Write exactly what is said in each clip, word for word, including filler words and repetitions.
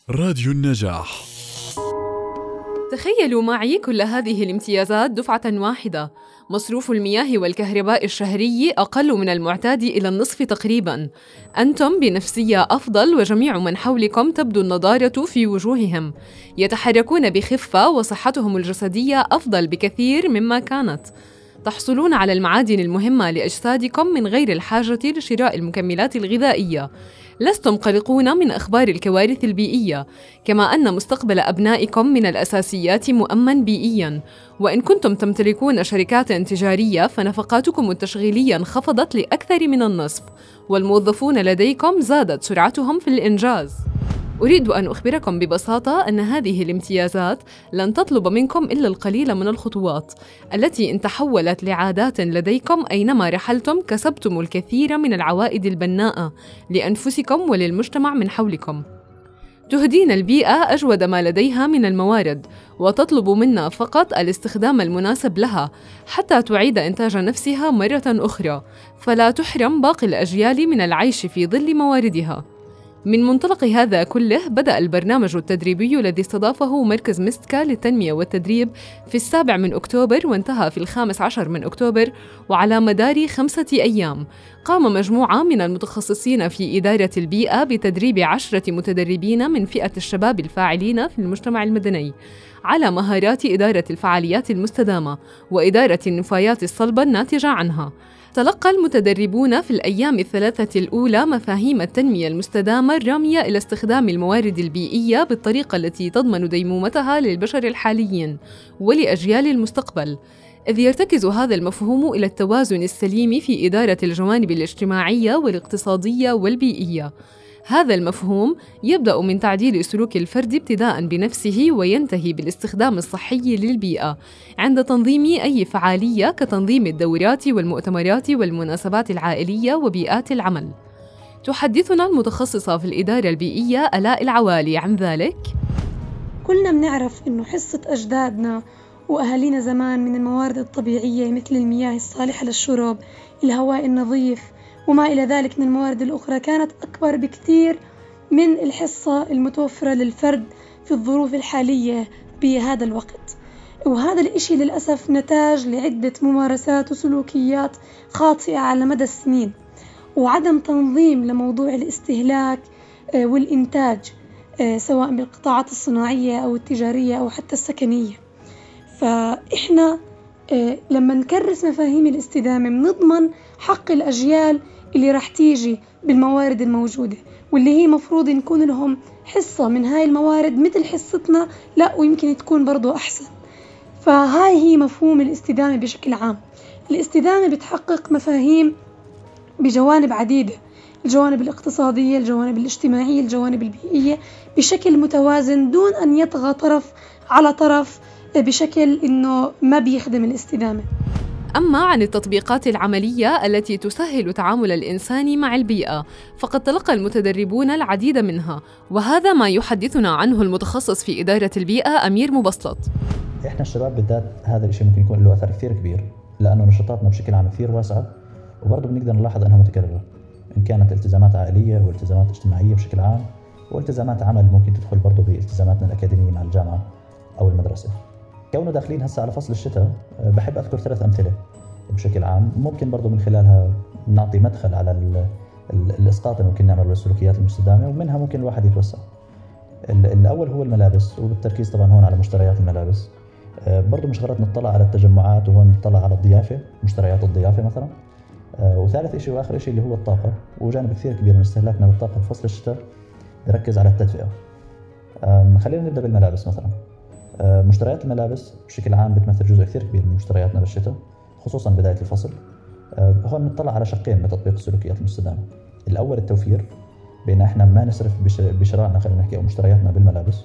راديو النجاح. تخيلوا معي كل هذه الامتيازات دفعة واحدة. مصروف المياه والكهرباء الشهري أقل من المعتاد إلى النصف تقريباً. أنتم بنفسية أفضل، وجميع من حولكم تبدو النضارة في وجوههم. يتحركون بخفة، وصحتهم الجسدية أفضل بكثير مما كانت. تحصلون على المعادن المهمة لأجسادكم من غير الحاجة لشراء المكملات الغذائية. لستم قلقون من أخبار الكوارث البيئية، كما أن مستقبل أبنائكم من الأساسيات مؤمن بيئياً. وإن كنتم تمتلكون شركات تجارية، فنفقاتكم التشغيلية انخفضت لأكثر من النصف، والموظفون لديكم زادت سرعتهم في الإنجاز. أريد أن أخبركم ببساطة أن هذه الامتيازات لن تطلب منكم إلا القليل من الخطوات، التي إن تحولت لعادات لديكم أينما رحلتم كسبتم الكثير من العوائد البناءة لأنفسكم وللمجتمع من حولكم. تهدين البيئة أجود ما لديها من الموارد، وتطلب منا فقط الاستخدام المناسب لها حتى تعيد إنتاج نفسها مرة أخرى، فلا تحرم باقي الأجيال من العيش في ظل مواردها. من منطلق هذا كله، بدأ البرنامج التدريبي الذي استضافه مركز مستكا للتنمية والتدريب في السابع من أكتوبر، وانتهى في الخامس عشر من أكتوبر. وعلى مدار خمسة أيام قام مجموعة من المتخصصين في إدارة البيئة بتدريب عشرة متدربين من فئة الشباب الفاعلين في المجتمع المدني على مهارات إدارة الفعاليات المستدامة وإدارة النفايات الصلبة الناتجة عنها. تلقى المتدربون في الأيام الثلاثة الأولى مفاهيم التنمية المستدامة الرامية إلى استخدام الموارد البيئية بالطريقة التي تضمن ديمومتها للبشر الحاليين ولأجيال المستقبل، إذ يرتكز هذا المفهوم إلى التوازن السليم في إدارة الجوانب الاجتماعية والاقتصادية والبيئية. هذا المفهوم يبدأ من تعديل سلوك الفرد ابتداءً بنفسه، وينتهي بالاستخدام الصحي للبيئة عند تنظيم أي فعالية كتنظيم الدورات والمؤتمرات والمناسبات العائلية وبيئات العمل. تحدثنا المتخصصة في الإدارة البيئية آلاء العوالي عن ذلك. كلنا بنعرف إنه حصة أجدادنا وأهالينا زمان من الموارد الطبيعية مثل المياه الصالحة للشرب، الهواء النظيف وما إلى ذلك من الموارد الأخرى كانت أكبر بكثير من الحصة المتوفرة للفرد في الظروف الحالية بهذا الوقت. وهذا الإشي للأسف نتاج لعدة ممارسات وسلوكيات خاطئة على مدى السنين، وعدم تنظيم لموضوع الاستهلاك والإنتاج سواء بالقطاعات الصناعية أو التجارية أو حتى السكنية. فإحنا لما نكرس مفاهيم الاستدامة بنضمن حق الأجيال اللي راح تيجي بالموارد الموجودة، واللي هي مفروض نكون لهم حصة من هاي الموارد مثل حصتنا، لا ويمكن تكون برضو أحسن. فهاي هي مفهوم الاستدامة بشكل عام. الاستدامة بتحقق مفاهيم بجوانب عديدة، الجوانب الاقتصادية، الجوانب الاجتماعية، الجوانب البيئية، بشكل متوازن دون أن يطغى طرف على طرف بشكل إنه ما بيخدم الاستدامة. أما عن التطبيقات العملية التي تسهل تعامل الإنسان مع البيئة، فقد تلقى المتدربون العديد منها، وهذا ما يحدثنا عنه المتخصص في إدارة البيئة أمير مبسط. إحنا الشباب بالذات هذا الشيء ممكن يكون له أثر كثير كبير، لأنه نشاطاتنا بشكل عام كثير واسعة، وبرضه بنقدر نلاحظ أنها متكررة، إن كانت التزامات عائلية والتزامات اجتماعية بشكل عام، والتزامات عمل ممكن تدخل برضه بالتزاماتنا الأكاديمية مع الجامعة أو المدرسة. كونه داخلين هسه على فصل الشتاء، بحب أذكر ثلاث أمثلة بشكل عام ممكن برضو من خلالها نعطي مدخل على ال ال الإسقاط اللي ممكن نعمل بالسلوكيات المستدامة، ومنها ممكن الواحد يتوسع. الأول هو الملابس، وبالتركيز طبعا هون على مشتريات الملابس. برضو مش غلط نطلع على التجمعات، وهون نطلع على الضيافة، مشتريات الضيافة مثلا. وثالث شيء وآخر شيء اللي هو الطاقة، وجانب كثير كبير من استهلاكنا للطاقة في فصل الشتاء بركز على التدفئة. خلينا نبدأ بالملابس مثلا. مشتريات الملابس بشكل عام بتمثل جزء كثير كبير من مشترياتنا بالشتاء، خصوصا بداية الفصل. هون نطلع على شقين من تطبيق السلوكيات المستدامة. الأول التوفير، بأن احنا ما نسرف بشرائنا خلينا نحكي أو مشترياتنا بالملابس،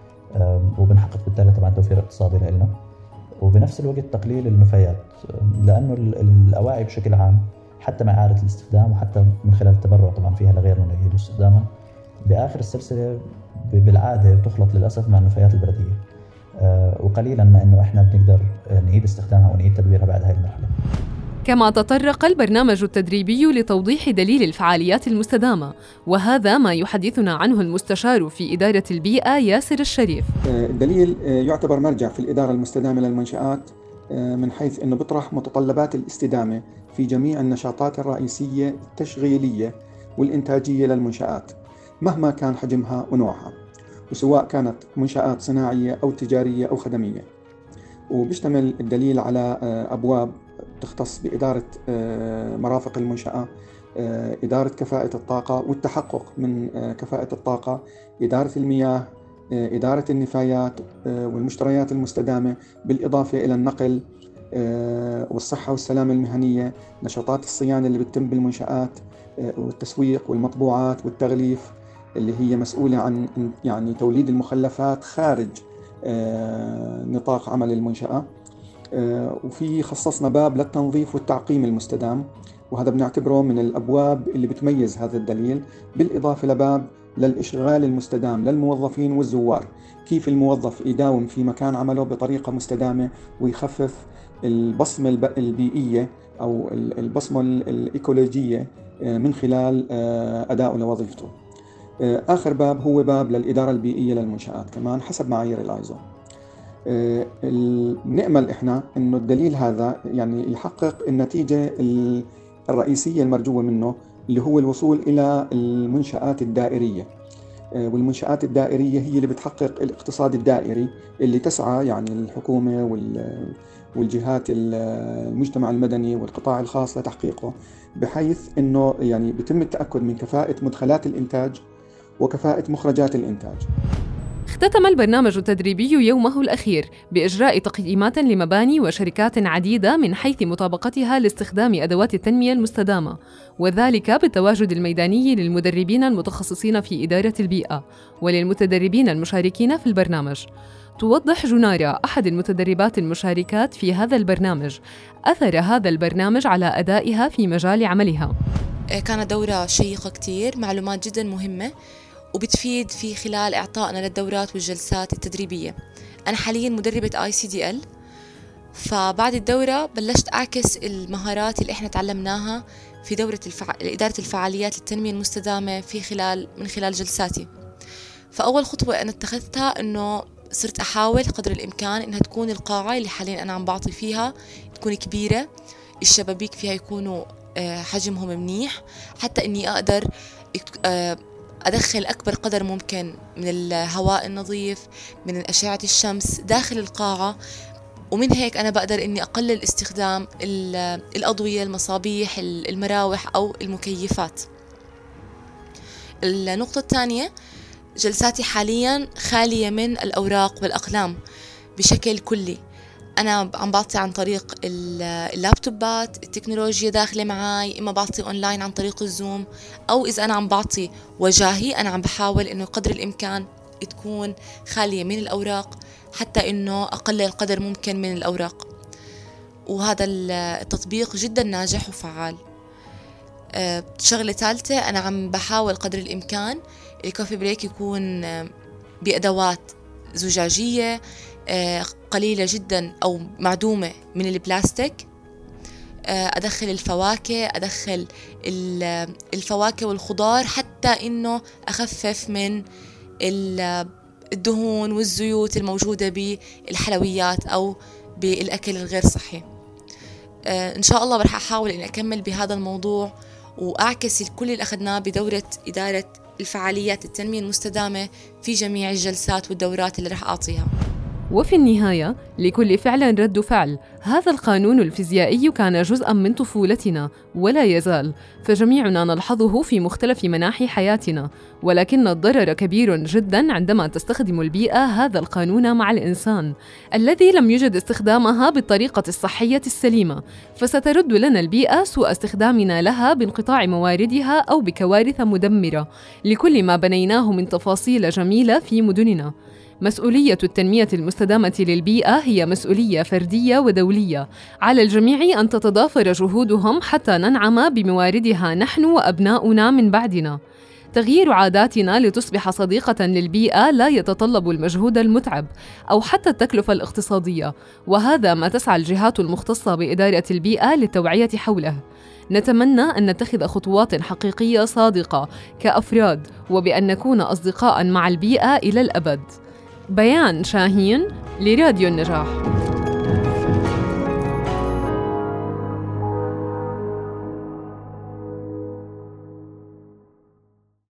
وبنحقق بالتالي طبعا توفير اقتصادي لنا، وبنفس الوقت تقليل النفايات، لأنه الأواعي بشكل عام حتى مع إعادة الاستخدام وحتى من خلال التبرع طبعا فيها لغيرنا اللي يعيدوا استخدامها، بآخر السلسلة بالعادة بتخلط للأسف مع النفايات البلدية، وقليلا ما إنه إحنا بنقدر نعيد استخدامها ونعيد تدويرها بعد هاي المرحلة. كما تطرق البرنامج التدريبي لتوضيح دليل الفعاليات المستدامة، وهذا ما يحدثنا عنه المستشار في إدارة البيئة ياسر الشريف. الدليل يعتبر مرجع في الإدارة المستدامة للمنشآت من حيث أنه بيطرح متطلبات الاستدامة في جميع النشاطات الرئيسية التشغيلية والإنتاجية للمنشآت مهما كان حجمها ونوعها، وسواء كانت منشآت صناعية أو تجارية أو خدمية. وبيشتمل الدليل على أبواب تختص بإدارة مرافق المنشأة، إدارة كفاءة الطاقة والتحقق من كفاءة الطاقة، إدارة المياه، إدارة النفايات والمشتريات المستدامة، بالإضافة إلى النقل والصحة والسلامة المهنية، نشاطات الصيانة اللي بتتم بالمنشآت، والتسويق والمطبوعات والتغليف اللي هي مسؤولة عن يعني توليد المخلفات خارج نطاق عمل المنشأة. وفي خصصنا باب للتنظيف والتعقيم المستدام، وهذا بنعتبره من الأبواب اللي بتميز هذا الدليل، بالإضافة لباب للإشغال المستدام للموظفين والزوار، كيف الموظف يداوم في مكان عمله بطريقة مستدامة ويخفف البصمة البيئية أو البصمة الإيكولوجية من خلال أدائه لوظيفته. آخر باب هو باب للإدارة البيئية للمنشآت كمان حسب معايير الآيزو. نأمل إحنا إنه الدليل هذا يعني يحقق النتيجة الرئيسية المرجوة منه، اللي هو الوصول إلى المنشآت الدائرية. والمنشآت الدائرية هي اللي بتحقق الاقتصاد الدائري اللي تسعى يعني الحكومة والجهات المجتمع المدني والقطاع الخاص لتحقيقه، بحيث إنه يعني بيتم التأكد من كفاءة مدخلات الإنتاج وكفاءة مخرجات الإنتاج. اختتم البرنامج التدريبي يومه الأخير بإجراء تقييمات لمباني وشركات عديدة من حيث مطابقتها لاستخدام أدوات التنمية المستدامة، وذلك بالتواجد الميداني للمدربين المتخصصين في إدارة البيئة وللمتدربين المشاركين في البرنامج. توضح جنارة أحد المتدربات المشاركات في هذا البرنامج أثر هذا البرنامج على أدائها في مجال عملها. كانت دورة شيقة كتير، معلومات جدا مهمة وبتفيد في خلال إعطائنا للدورات والجلسات التدريبية. أنا حالياً مدربة آي سي دي إل، فبعد الدورة بلشت أعكس المهارات اللي إحنا تعلمناها في دورة الفع... إدارة الفعاليات للتنمية المستدامة في خلال من خلال جلساتي. فأول خطوة أنا اتخذتها إنه صرت أحاول قدر الإمكان إنها تكون القاعة اللي حالياً أنا عم بعطي فيها تكون كبيرة، الشبابيك فيها يكونوا حجمهم منيح، حتى إني أقدر أدخل أكبر قدر ممكن من الهواء النظيف من أشعة الشمس داخل القاعة. ومن هيك أنا بقدر إني أقلل استخدام الأضوية، المصابيح، المراوح أو المكيفات. النقطة الثانية، جلساتي حاليا خالية من الأوراق والأقلام بشكل كلي. أنا عم بعطي عن طريق اللابتوبات، التكنولوجيا داخلة معاي، إما بعطي أونلاين عن طريق الزوم، أو إذا أنا عم بعطي وجاهي أنا عم بحاول إنه قدر الإمكان تكون خالية من الأوراق حتى إنه أقلل قدر ممكن من الأوراق. وهذا التطبيق جدا ناجح وفعال. شغلة ثالثة، أنا عم بحاول قدر الإمكان الكوفي بريك يكون بأدوات زجاجية قليلة جدا أو معدومة من البلاستيك. أدخل الفواكه أدخل الفواكه والخضار حتى إنه أخفف من الدهون والزيوت الموجودة بالحلويات أو بالأكل الغير صحي. إن شاء الله رح أحاول إن أكمل بهذا الموضوع وأعكس كل اللي أخذناه بدورة إدارة الفعاليات التنمية المستدامة في جميع الجلسات والدورات اللي رح أعطيها. وفي النهاية لكل فعل رد فعل. هذا القانون الفيزيائي كان جزءاً من طفولتنا ولا يزال، فجميعنا نلحظه في مختلف مناحي حياتنا، ولكن الضرر كبير جداً عندما تستخدم البيئة هذا القانون مع الإنسان الذي لم يجد استخدامها بالطريقة الصحية السليمة، فسترد لنا البيئة سوء استخدامنا لها بانقطاع مواردها أو بكوارث مدمرة لكل ما بنيناه من تفاصيل جميلة في مدننا. مسؤولية التنمية المستدامة للبيئة هي مسؤولية فردية ودولية، على الجميع أن تتضافر جهودهم حتى ننعم بمواردها نحن وأبناؤنا من بعدنا. تغيير عاداتنا لتصبح صديقة للبيئة لا يتطلب المجهود المتعب أو حتى التكلفة الاقتصادية، وهذا ما تسعى الجهات المختصة بإدارة البيئة للتوعية حوله. نتمنى أن نتخذ خطوات حقيقية صادقة كأفراد، وبأن نكون أصدقاء مع البيئة إلى الأبد. بيان شاهين لراديو النجاح.